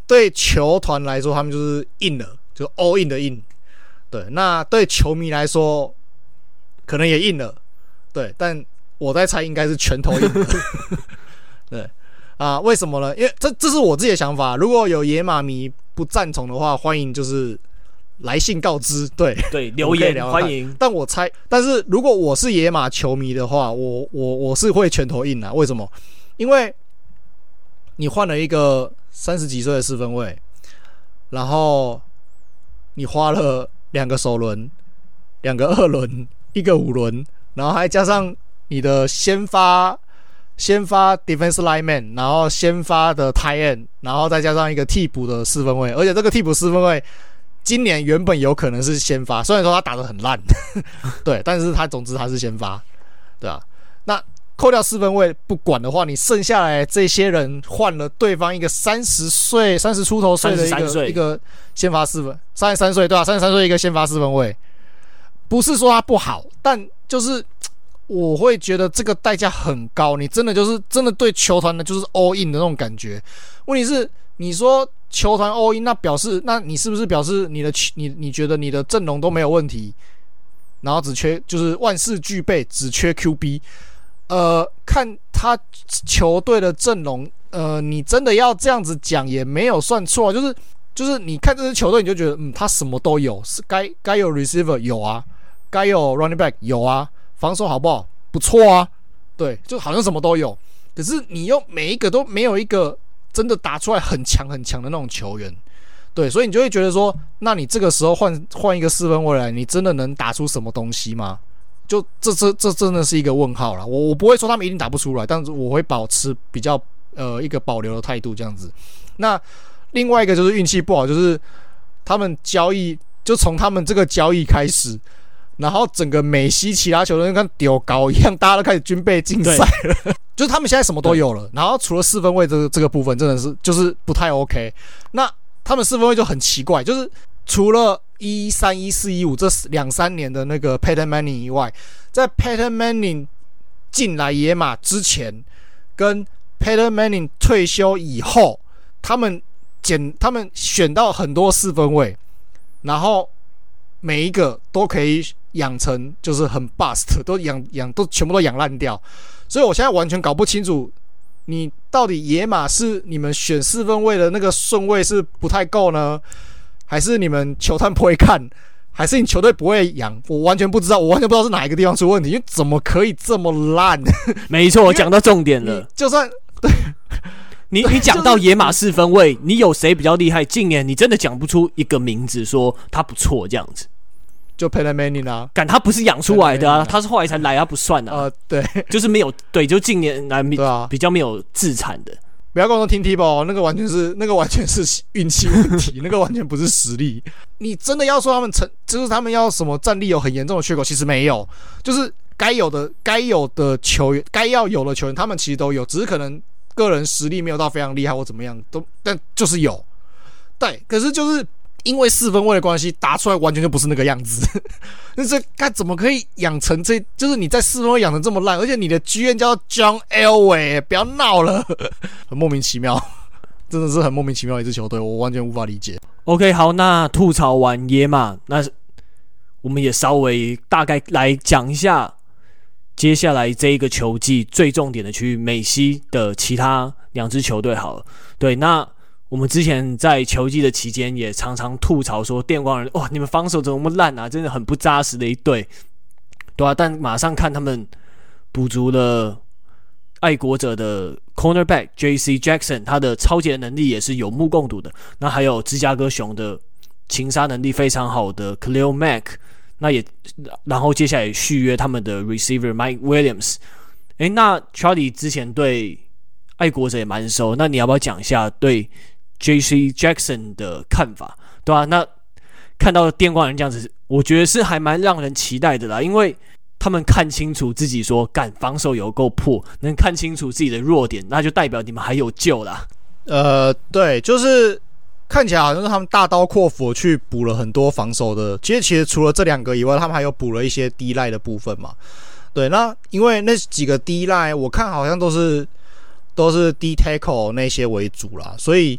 对球团来说，他们就是硬了，就是 all in 的硬。对，那对球迷来说，可能也硬了。对，但我在猜应该是拳头硬的。对啊，为什么呢？因为这这是我自己的想法。如果有野马迷不赞同的话，欢迎就是来信告知。对对，留言欢迎。 但我猜，但是如果我是野马球迷的话，我我我是会拳头硬啊。为什么？因为你换了一个三十几岁的四分卫，然后你花了两个首轮、两个二轮、一个五轮，然后还加上你的先发、先发 defense lineman， 然后先发的 tight end， 然后再加上一个替补的四分卫，而且这个替补四分卫今年原本有可能是先发，虽然说他打得很烂，对，但是他总之他是先发，对啊，那扣掉四分卫不管的话，你剩下来这些人换了对方一个三十岁、三十出头岁的一个一个先发四分，三十三岁对啊，三十三岁一个先发四分卫，不是说他不好，但就是我会觉得这个代价很高，你真的就是真的对球团的就是 all in 的那种感觉。问题是你说球团 all in， 那表示那你是不是表示你的你你觉得你的阵容都没有问题，然后只缺就是万事俱备，只缺 Q B？呃，看他球队的阵容，呃，你真的要这样子讲也没有算错，就是就是你看这支球队，你就觉得，嗯，他什么都有，是该该有 receiver 有啊，该有 running back 有啊，防守好不好？不错啊，对，就好像什么都有，可是你又每一个都没有一个真的打出来很强很强的那种球员，对，所以你就会觉得说，那你这个时候换换一个四分卫来，你真的能打出什么东西吗？就这这这真的是一个问号啦，我我不会说他们一定打不出来，但是我会保持比较呃一个保留的态度这样子。那另外一个就是运气不好，就是他们交易就从他们这个交易开始，然后整个美西其他球队跟丢高一样，大家都开始军备竞赛了，就是他们现在什么都有了，然后除了四分卫这个这个部分真的是就是不太 OK。那他们四分卫就很奇怪，就是除了一三、一四、一五这两三年的那个 Peyton Manning 以外，在 Peyton Manning 进来野马之前，跟 Peyton Manning 退休以后，他们捡他们选到很多四分卫，然后每一个都可以养成就是很 bust， 都养养都全部都养烂掉，所以我现在完全搞不清楚，你到底野马是你们选四分卫的那个顺位是不太够呢？还是你们球探不会看，还是你球队不会养？我完全不知道，我完全不知道是哪一个地方出问题，因为怎么可以这么烂？ 没错，我讲到重点了。 就算对你，你讲到野马四分卫，你有谁比较厉害？近年你真的讲不出一个名字说他不错这样子。 就 Peyton Manning 啊， 干他不是养出来的啊，他是后来才来，他不算啊。 呃，对， 就是没有对，就近年来比、 啊、 比较没有自产的。 不要跟我说听 T-ball， 那个完全是那个完全是运气问题，那个完全不是实力。你真的要说他们成，就是他们要什么战力有很严重的缺口，其实没有，就是该有的该有的球员，该要有的球员，他们其实都有，只是可能个人实力没有到非常厉害或怎么样，都但就是有。对，可是就是因为四分卫的关系，打出来完全就不是那个样子。那这该怎么可以养成这？就是你在四分卫养成这么烂，而且你的 G M 叫 John Elway， 不要闹了，很莫名其妙，真的是很莫名其妙的一支球队，我完全无法理解。 OK， 好，那吐槽完野马，那我们也稍微大概来讲一下接下来这一个球季最重点的区域，美西的其他两支球队好了。对，那我们之前在球季的期间也常常吐槽说，电光人哇，你们防守怎么那么烂啊，真的很不扎实的一队，对啊，但马上看他们补足了爱国者的 cornerback J C Jackson， 他的超节能力也是有目共睹的。那还有芝加哥熊的擒杀能力非常好的 Khalil Mack， 那也然后接下来续约他们的 receiver Mike Williams。诶，那 Charlie 之前对爱国者也蛮熟，那你要不要讲一下对J C Jackson 的看法，对啊，那看到电光人这样子，我觉得是还蛮让人期待的啦，因为他们看清楚自己说，干防守有够破，能看清楚自己的弱点，那就代表你们还有救啦。 呃，对，就是看起来好像是他们大刀阔斧去补了很多防守的，其实其实除了这两个以外，他们还有补了一些低赖的部分嘛。对，那因为那几个低赖，我看好像都是都是 D tackle 那些为主啦，所以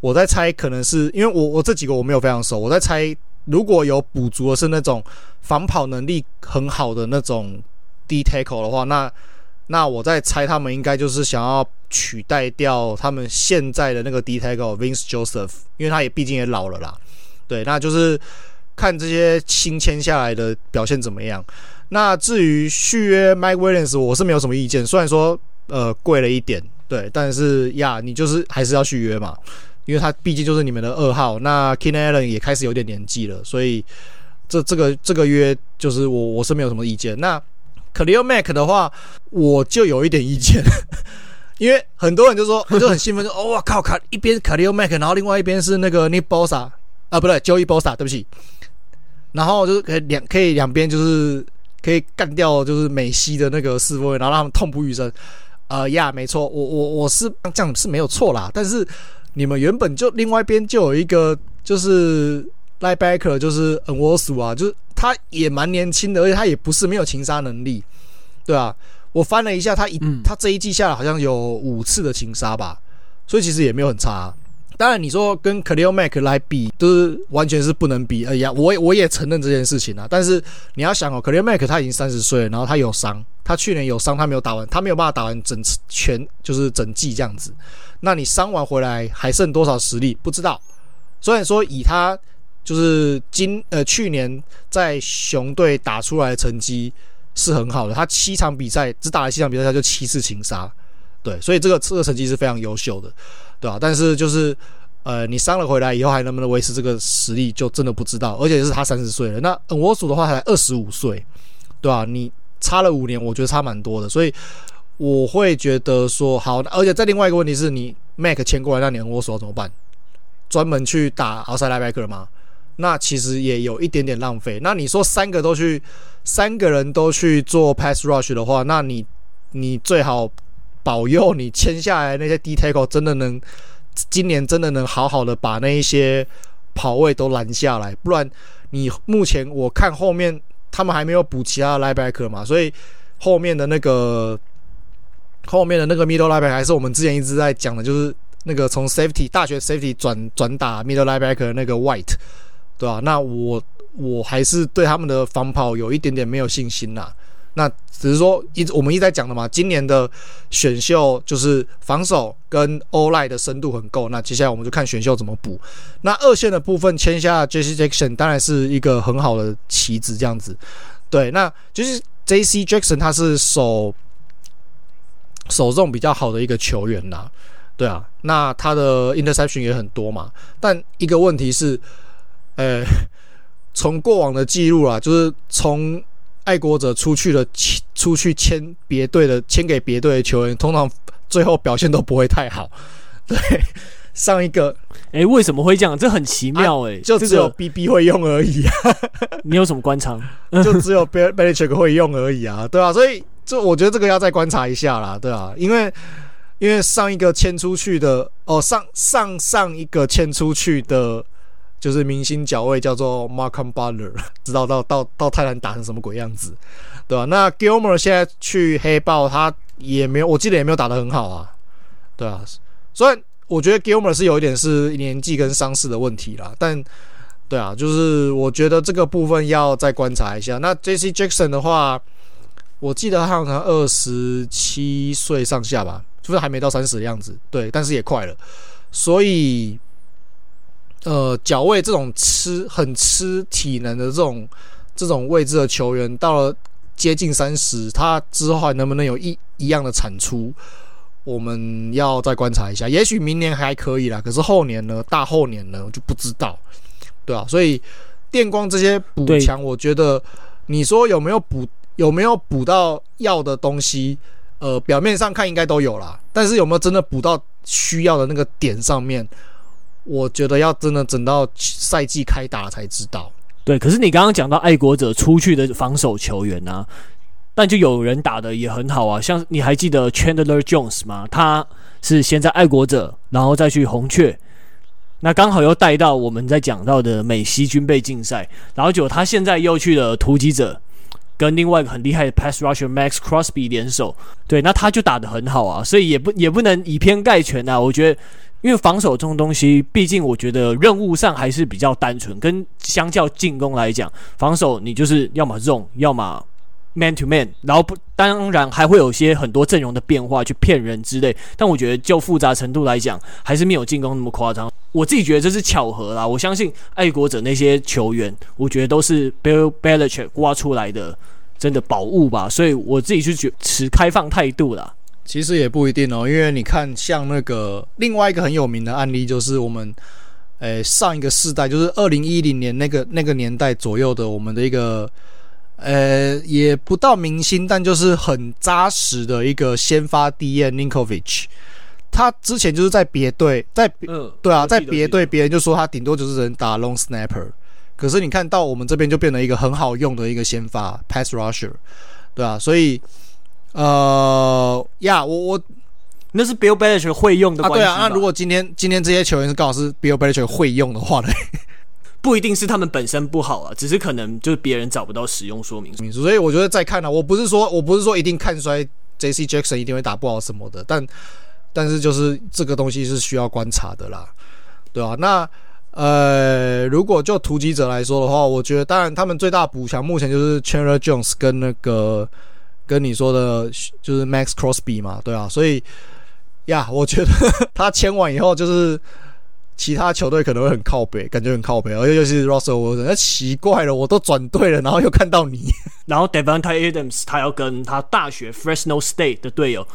我在猜可能是因为我我这几个我没有非常熟，我在猜如果有补足的是那种防跑能力很好的那种 D tackle 的话，那那我在猜他们应该就是想要取代掉他们现在的那个 D tackle Vince Joseph， 因为他也毕竟也老了啦。对，那就是看这些新签下来的表现怎么样。那至于续约 Mike Williams， 我是没有什么意见，虽然说呃贵了一点，对，但是呀，你就是还是要续约嘛，因为他毕竟就是你们的二号。那 Keenan Allen 也开始有点年纪了，所以这这个这个约就是我我是没有什么意见。那Khalil Mack 的话，我就有一点意见，因为很多人就说，就很兴奋，就哦哇靠，卡一边 Khalil Mack， 然后另外一边是那个 Nick Bosa 啊，不对 ，Joey Bosa， 对不起，然后就是可以两可以两边就是可以干掉就是美西的那个四分卫，然后让他们痛不欲生。呃呀，没错，我我我是这样是没有错啦，但是你们原本就另外一边就有一个就是 linebacker， 就是 Nwosu 啊，就是他也蛮年轻的，而且他也不是没有情杀能力，对啊，我翻了一下，他一、嗯、他这一季下来好像有五次的情杀吧，所以其实也没有很差、啊。当然，你说跟 Khalil Mack 来比，就是完全是不能比。哎呀，我我也承认这件事情啊。但是你要想哦 ，Khalil Mack 他已经三十岁了，然后他有伤，他去年有伤，他没有打完，他没有办法打完整全就是整季这样子。那你伤完回来还剩多少实力？不知道。虽然说以他就是今呃去年在熊队打出来的成绩是很好的，他七场比赛只打了七场比赛，他就七次情杀，对，所以这个这个成绩是非常优秀的，对吧、啊？但是就是呃，你伤了回来以后还能不能维持这个实力，就真的不知道。而且是他三十岁了，那恩沃苏的话才二十五岁，对吧、啊？你差了五年，我觉得差蛮多的，所以我会觉得说好。而且再另外一个问题是你 Mac 签过来，那你恩沃苏要怎么办？专门去打 outside linebacker 吗？那其实也有一点点浪费。那你说三个都去，三个人都去做 pass rush 的话，那你你最好保佑你签下来那些 D tackle 真的能，今年真的能好好的把那一些跑位都拦下来，不然你目前我看后面他们还没有补其他的 linebacker 嘛，所以后面的那个后面的那个 middle linebacker 还是我们之前一直在讲的，就是那个从 safety 大学 safety 转转打 middle linebacker 的那个 White， 对吧、啊？那我我还是对他们的防跑有一点点没有信心啦。那只是说一我们一直在讲的嘛，今年的选秀就是防守跟 O-line 的深度很够，那接下来我们就看选秀怎么补。那二线的部分签下 J C Jackson 当然是一个很好的棋子，这样子。对，那就是 J C Jackson 他是手手中比较好的一个球员啦，对啊，那他的 interception 也很多嘛，但一个问题是，呃，从过往的记录啦，就是从爱国者出去的出去签别队的签给别队的球员，通常最后表现都不会太好。对，上一个， 哎、欸，为什么会这样？这很奇妙哎、欸啊， 就只有 B B 会用而已啊。 你有什么观察？ 就只有 Belichick 会用而已啊，对啊，所以这我觉得这个要再观察一下啦，对啊，因为因为上一个签出去的哦，上上上一个签出去的。就是明星角位叫做 Malcolm Butler， 知道到到到泰坦打成什么鬼样子，对吧、啊？那 Gilmore 现在去黑豹，他也没有，我记得也没有打得很好啊，对啊。虽然我觉得 Gilmore 是有一点是年纪跟伤势的问题啦，但对啊，就是我觉得这个部分要再观察一下。那 J C Jackson 的话，我记得他好像二十七岁上下吧，就是还没到三十的样子，对，但是也快了，所以。呃，脚位这种吃很吃体能的这种这种位置的球员，到了接近三十，他之后还能不能有一一样的产出，我们要再观察一下。也许明年还可以啦，可是后年呢，大后年呢，我就不知道，对啊，所以电光这些补强，我觉得你说有没有补有没有补到要的东西？呃，表面上看应该都有啦，但是有没有真的补到需要的那个点上面？我觉得要真的等到赛季开打才知道。 对，可是你刚刚讲到爱国者出去的防守球员啊，但就有人打的也很好啊，像你还记得 Chandler Jones 吗？他是先在爱国者，然后再去红雀，那刚好又带到我们在讲到的美西军备竞赛，然后结果他现在又去了突击者，跟另外一个很厉害的 pass rusher Max Crosby 联手，对，那他就打得很好啊，所以也不也不能以偏概全啊，我觉得。 因为防守这种东西，毕竟我觉得任务上还是比较单纯，跟相较进攻来讲，防守你就是要么 zone， 要么 man to man， 然后不当然还会有一些很多阵容的变化去骗人之类，但我觉得就复杂程度来讲，还是没有进攻那么夸张。我自己觉得这是巧合啦，我相信爱国者那些球员，我觉得都是 Bill Belichick 挖出来的真的宝物吧，所以我自己是持开放态度啦。 其实也不一定哦，因为你看，像那个另外一个很有名的案例，就是我们，诶上一个世代，就是二零一零年那个那个年代左右的，我们的一个，呃，也不到明星，但就是很扎实的一个先发 D N Ninkovich。他之前就是在别队，在、嗯、对啊，在别队，别人就说他顶多就是能打 long snapper， 可是你看到我们这边就变成一个很好用的一个先发 pass rusher， 对啊，所以。呃呀，我我那是 Bill Belichick 会用的关系吧、 啊、对啊，那如果今天今天这些球员是刚好是 Bill Belichick 会用的话呢， 不一定是他们本身不好啊，只是可能就是别人找不到使用说明书。 所以我觉得再看啊，我不是说我不是说一定看衰 J C Jackson 一定会打不好什么的，但但是就是这个东西是需要观察的啦，对啊，那呃，如果就突击者来说的话，我觉得当然他们最大补强目前就是 Chandler Jones 跟那个。跟你说的就是 Max Crosby 嘛，对啊，所以呀，我觉得他签完以后，就是其他球队可能会很靠北，感觉很靠北，而且尤其是 Russell Wilson， 那奇怪了，我都转队了，然后又看到你， 然后 Devontae Adams 他要跟他大学 Fresno State 的队友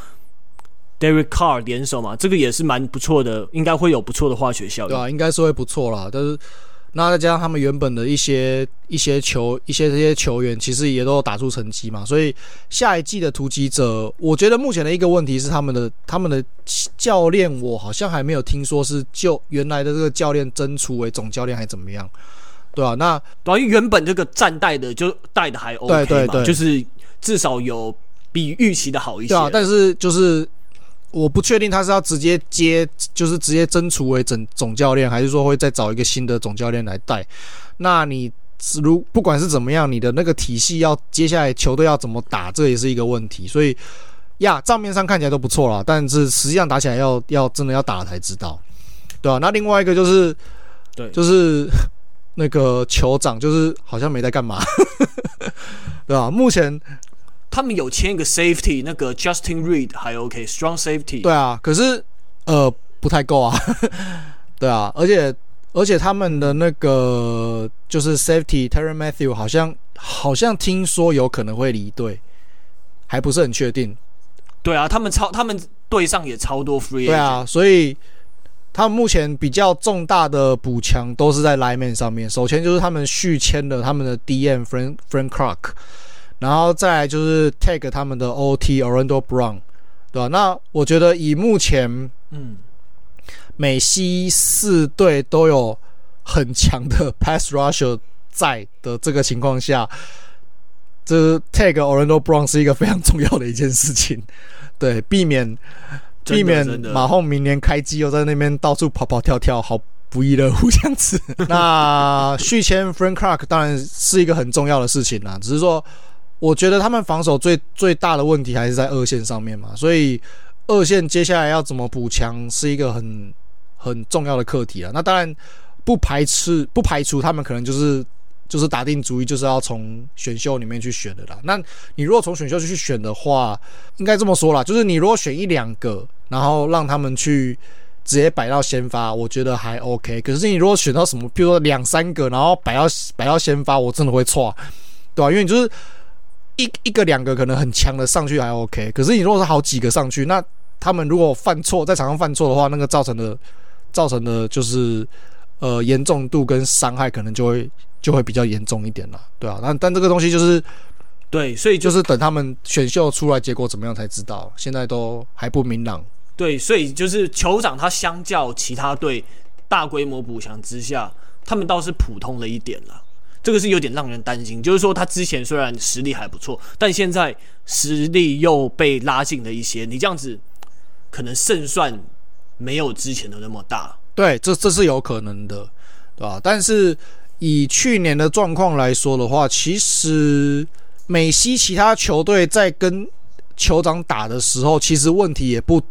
Derek Carr 联手嘛，这个也是蛮不错的，应该会有不错的化学效应， 对啊，应该是会不错啦，但是。那再加上他们原本的一些一些球一些这些球员，其实也都有打出成绩嘛，所以下一季的突击者，我觉得目前的一个问题是他们的他们的教练，我好像还没有听说是就原来的这个教练征出为总教练还怎么样，对啊，那等于原本这个战带的就带的还 OK 嘛， 对对对， 就是至少有比预期的好一些， 对啊，但是就是。我不确定他是要直接接，就是直接征除为总总教练，还是说会再找一个新的总教练来带。那你如不管是怎么样，你的那个体系要接下来球队要怎么打，这也是一个问题。所以呀，账面上看起来都不错啦，但是实际上打起来要要真的要打了才知道，对啊，那另外一个就是，对，就是那个酋长，就是好像没在干嘛，对吧、啊？目前。 他们有签一个 safety， 那个 Justin Reed 还 OK，strong safety。 对啊，可是呃不太够啊，对啊，而且而且他们的那个就是 safety Terry Matthew 好像好像听说有可能会离队，还不是很确定。 对啊，他们超他们队上也超多 free agent。 对啊，所以他们目前比较重大的补强都是在 lineman 上面。首先就是他们续签了他们的 D M Frank Frank Clark。然后再来就是 tag 他们的 O T Orlando Brown， 对吧？那我觉得以目前嗯美西四队都有很强的 pass rusher 在的这个情况下，这 tag Orlando Brown 是一个非常重要的一件事情，对，避免避免马洪明年开机又在那边到处跑跑跳跳，好不亦乐乎这样子。那续签 Frank Clark 当然是一个很重要的事情啦，只是说。我觉得他们防守最最大的问题还是在二线上面嘛，所以二线接下来要怎么补强是一个很很重要的课题啊。那当然不排斥不排除他们可能就是就是打定主意就是要从选秀里面去选的啦。那你如果从选秀去选的话，应该这么说啦，就是你如果选一两个，然后让他们去直接摆到先发，我觉得还 OK。可是你如果选到什么，譬如说两三个，然后摆到摆到先发，我真的会错，对吧、啊？因为你就是。一一个两个可能很强的上去还 OK， 可是你如果是好几个上去，那他们如果犯错在场上犯错的话，那个造成的造成的就是呃严重度跟伤害可能就会就会比较严重一点了，对啊，但但这个东西就是对，所以 就, 就是等他们选秀出来结果怎么样才知道，现在都还不明朗。 对，所以就是酋长他相较其他队大规模补强之下，他们倒是普通了一点了。这个是有点让人担心，就是说他之前虽然实力还不错，但现在实力又被拉近了一些，你这样子可能胜算没有之前的那么大。 对，这这是有可能的，对吧？但是以去年的状况来说的话，其实美西其他球队在跟酋长打的时候，其实问题也不不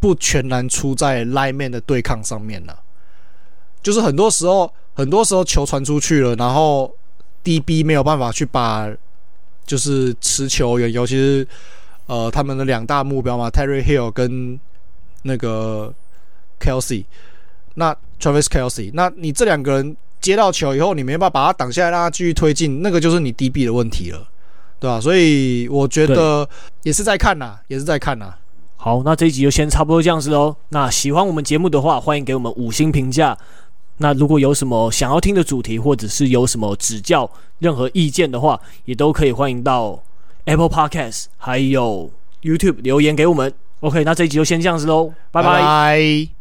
不全然出在 lineman 的对抗上面了。就是很多时候，很多时候球传出去了，然后 D B 没有办法去把就是持球员，尤其是呃他们的两大目标嘛 ，Terry Hill 跟那个 Kelsey， 那 Travis Kelsey， 那你这两个人接到球以后，你没办法把他挡下来，让他继续推进，那个就是你 D B 的问题了，对吧？所以我觉得也是在看啦，也是在看啦。 好，那这一集就先差不多这样子喽。那喜欢我们节目的话，欢迎给我们五星评价。那如果有什么想要听的主题，或者是有什么指教、任何意见的话，也都可以欢迎到 Apple Podcast 还有 YouTube 留言给我们。OK， 那这一集就先这样子喽，拜拜。 拜拜。